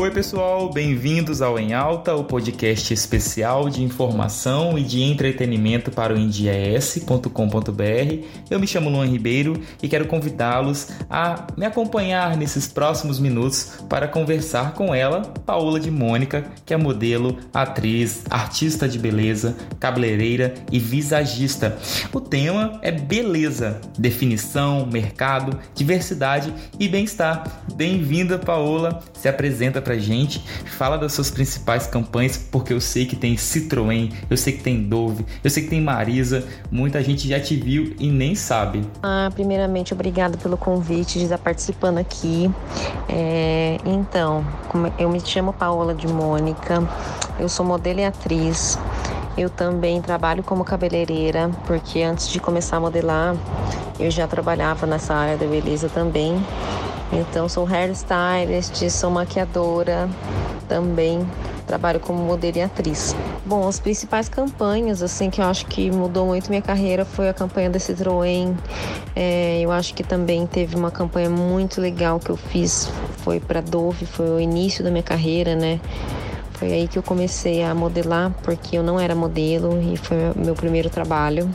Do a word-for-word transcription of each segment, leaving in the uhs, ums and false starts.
Oi pessoal, bem-vindos ao Em Alta, o podcast especial de informação e de entretenimento para o endias ponto com ponto br. Eu me chamo Luan Ribeiro e quero convidá-los a me acompanhar nesses próximos minutos para conversar com ela, Paola de Mônica, que é modelo, atriz, artista de beleza, cabeleireira e visagista. O tema é beleza, definição, mercado, diversidade e bem-estar. Bem-vinda, Paola, se apresenta pra gente, fala das suas principais campanhas, porque eu sei que tem Citroën, eu sei que tem Dove, eu sei que tem Marisa, muita gente já te viu e nem sabe. Ah, primeiramente, obrigada pelo convite de estar participando aqui. É, então, eu me chamo Paola de Mônica, eu sou modelo e atriz. Eu também trabalho como cabeleireira, porque antes de começar a modelar, eu já trabalhava nessa área da beleza também. Então, sou hairstylist, sou maquiadora, também trabalho como modelo e atriz. Bom, as principais campanhas, assim, que eu acho que mudou muito minha carreira foi a campanha da Citroën. É, eu acho que também teve uma campanha muito legal que eu fiz, foi para Dove, foi o início da minha carreira, né? Foi aí que eu comecei a modelar, porque eu não era modelo e foi meu primeiro trabalho.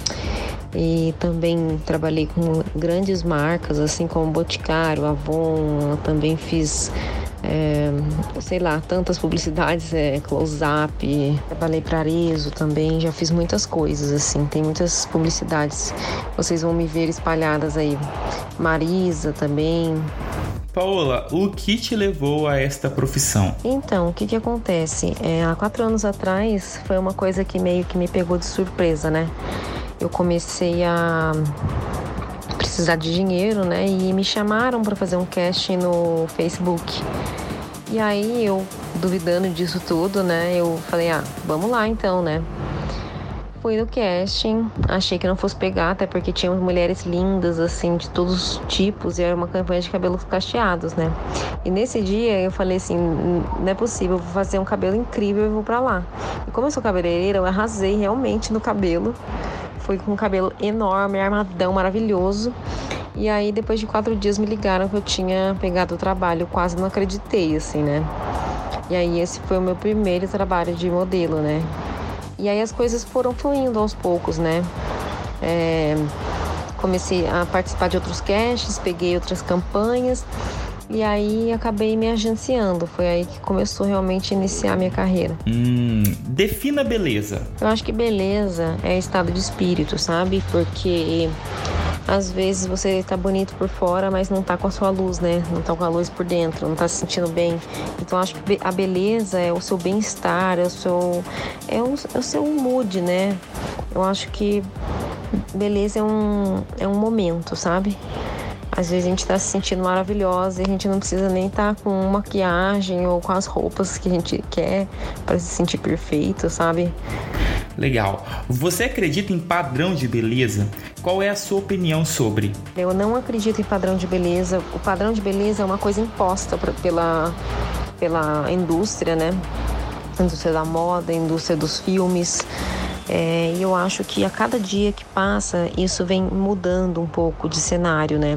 E também trabalhei com grandes marcas, assim como Boticário, Avon. Eu também fiz, é, sei lá, tantas publicidades, é, Close-Up. Trabalhei para Arezzo também, já fiz muitas coisas, assim. Tem muitas publicidades, vocês vão me ver espalhadas aí. Marisa também. Paola, o que te levou a esta profissão? Então, o que que acontece? É, há quatro anos atrás, foi uma coisa que meio que me pegou de surpresa, né? Eu comecei a precisar de dinheiro, né? E me chamaram para fazer um casting no Facebook. E aí, eu, duvidando disso tudo, né? Eu falei, ah, vamos lá então, né? Fui no casting, achei que não fosse pegar, até porque tinha mulheres lindas, assim, de todos os tipos, e era uma campanha de cabelos cacheados, né? E nesse dia eu falei assim, não é possível, eu vou fazer um cabelo incrível e vou pra lá. E como eu sou cabeleireira, eu arrasei realmente no cabelo. Fui com um cabelo enorme, armadão, maravilhoso. E aí, depois de quatro dias, me ligaram que eu tinha pegado o trabalho. Eu quase não acreditei, assim, né? E aí, esse foi o meu primeiro trabalho de modelo, né? E aí, as coisas foram fluindo aos poucos, né? É... Comecei a participar de outros castes, peguei outras campanhas. E aí, acabei me agenciando. Foi aí que começou realmente a iniciar a minha carreira. Hum, defina beleza. Eu acho que beleza é estado de espírito, sabe? Porque às vezes você tá bonito por fora, mas não tá com a sua luz, né? Não tá com a luz por dentro, não tá se sentindo bem. Então, acho que a beleza é o seu bem-estar, é o seu, é o, é o seu mood, né? Eu acho que beleza é um, é um momento, sabe? Às vezes a gente tá se sentindo maravilhosa e a gente não precisa nem estar tá com maquiagem ou com as roupas que a gente quer para se sentir perfeito, sabe? Legal. Você acredita em padrão de beleza? Qual é a sua opinião sobre? Eu não acredito em padrão de beleza. O padrão de beleza é uma coisa imposta pra, pela, pela indústria, né? A indústria da moda, a indústria dos filmes. É, e eu acho que a cada dia que passa, isso vem mudando um pouco de cenário, né?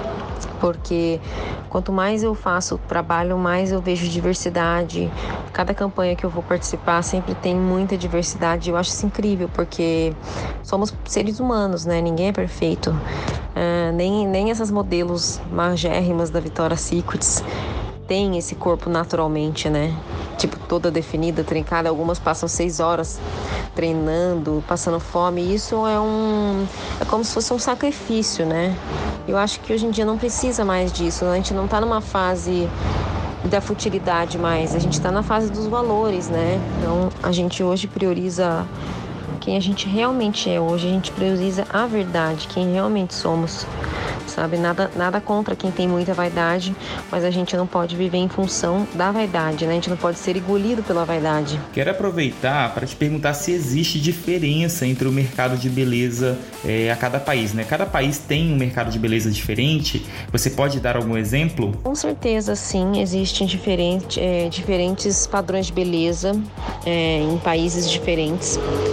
Porque quanto mais eu faço trabalho, mais eu vejo diversidade. Cada campanha que eu vou participar sempre tem muita diversidade. Eu acho isso incrível, porque somos seres humanos, né? Ninguém é perfeito. É, nem, nem essas modelos magérrimas da Victoria's Secret têm esse corpo naturalmente, né? Tipo, toda definida, trincada. Algumas passam seis horas treinando, passando fome. Isso é um... é como se fosse um sacrifício, né? Eu acho que hoje em dia não precisa mais disso. A gente não tá numa fase da futilidade mais. A gente tá na fase dos valores, né? Então, a gente hoje prioriza quem a gente realmente é. Hoje a gente prioriza a verdade, quem realmente somos. Sabe? Nada, nada contra quem tem muita vaidade, mas a gente não pode viver em função da vaidade, né? A gente não pode ser engolido pela vaidade. Quero aproveitar para te perguntar se existe diferença entre o mercado de beleza é, a cada país, né? Cada país tem um mercado de beleza diferente. Você pode dar algum exemplo? Com certeza, sim. Existem diferente, é, diferentes padrões de beleza é, em países diferentes.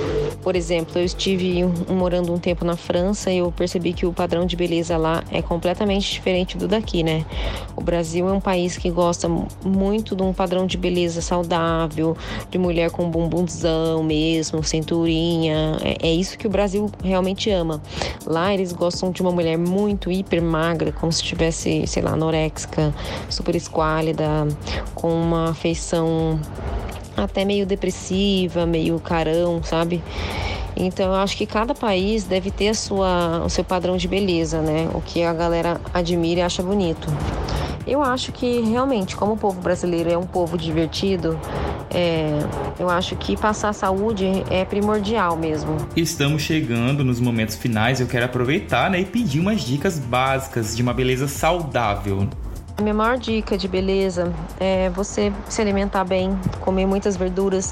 Por exemplo, eu estive morando um tempo na França e eu percebi que o padrão de beleza lá é completamente diferente do daqui, né? O Brasil é um país que gosta muito de um padrão de beleza saudável, de mulher com bumbumzão mesmo, cinturinha. É, é isso que o Brasil realmente ama. Lá eles gostam de uma mulher muito hiper magra, como se tivesse, sei lá, anoréxica, super esquálida, com uma feição até meio depressiva, meio carão, sabe? Então, eu acho que cada país deve ter a sua, o seu padrão de beleza, né? O que a galera admira e acha bonito. Eu acho que, realmente, como o povo brasileiro é um povo divertido, é, eu acho que passar saúde é primordial mesmo. Estamos chegando nos momentos finais. Eu quero aproveitar, né, e pedir umas dicas básicas de uma beleza saudável. A minha maior dica de beleza é você se alimentar bem, comer muitas verduras,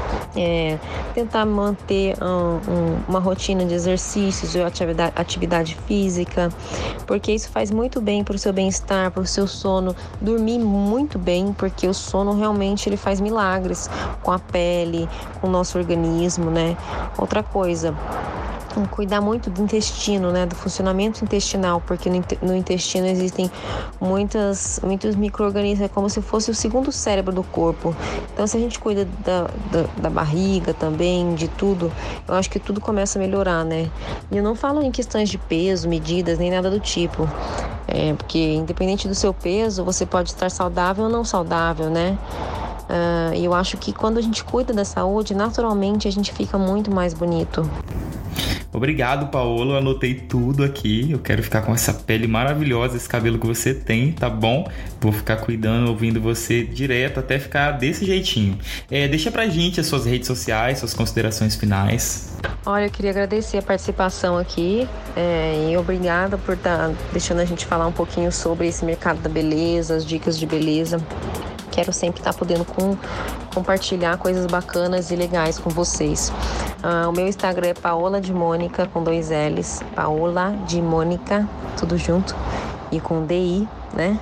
é, tentar manter um, um, uma rotina de exercícios, de atividade, atividade física, porque isso faz muito bem para o seu bem-estar, para o seu sono. Dormir muito bem, porque o sono realmente ele faz milagres com a pele, com o nosso organismo, né? Outra coisa, cuidar muito do intestino, né, do funcionamento intestinal, porque no, no intestino existem muitas, muitos micro-organismos, é como se fosse o segundo cérebro do corpo. Então, se a gente cuida da, da, da barriga também, de tudo, eu acho que tudo começa a melhorar, né? E eu não falo em questões de peso, medidas, nem nada do tipo, é, porque independente do seu peso, você pode estar saudável ou não saudável, né? Uh, e eu acho que quando a gente cuida da saúde, naturalmente a gente fica muito mais bonito. Obrigado, Paola. Eu anotei tudo aqui. Eu quero ficar com essa pele maravilhosa, esse cabelo que você tem, tá bom? Vou ficar cuidando, ouvindo você direto até ficar desse jeitinho. É, deixa pra gente as suas redes sociais, suas considerações finais. Olha, eu queria agradecer a participação aqui é, e obrigada por estar tá deixando a gente falar um pouquinho sobre esse mercado da beleza, as dicas de beleza. Quero sempre estar podendo com, compartilhar coisas bacanas e legais com vocês. Uh, o meu Instagram é Paola de Mônica, com dois L's. Paola de Mônica, tudo junto. E com D I, né?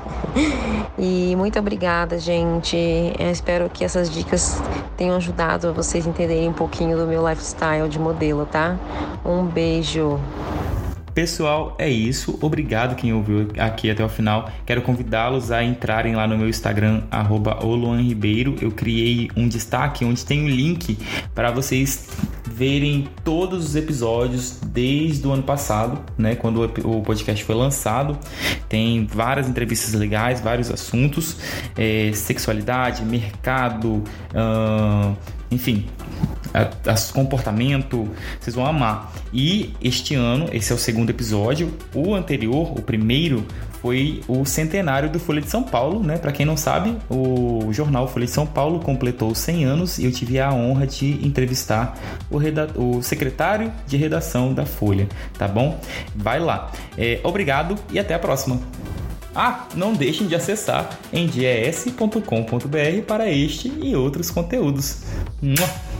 E muito obrigada, gente. Eu espero que essas dicas tenham ajudado a vocês entenderem um pouquinho do meu lifestyle de modelo, tá? Um beijo. Pessoal, é isso. Obrigado quem ouviu aqui até o final. Quero convidá-los a entrarem lá no meu Instagram, arroba oluanribeiro. Eu criei um destaque onde tem um link para vocês verem todos os episódios desde o ano passado, né, quando o podcast foi lançado. Tem várias entrevistas legais, vários assuntos, é, sexualidade, mercado, uh, enfim... A, a comportamento, vocês vão amar. E este ano, esse é o segundo episódio. O anterior, o primeiro, foi o centenário do Folha de São Paulo, né? Para quem não sabe, o jornal Folha de São Paulo completou cem anos e eu tive a honra de entrevistar o, reda- o secretário de redação da Folha, tá bom? Vai lá. É, obrigado e até a próxima. Ah, não deixem de acessar em d e s ponto com ponto b r para este e outros conteúdos. Mua!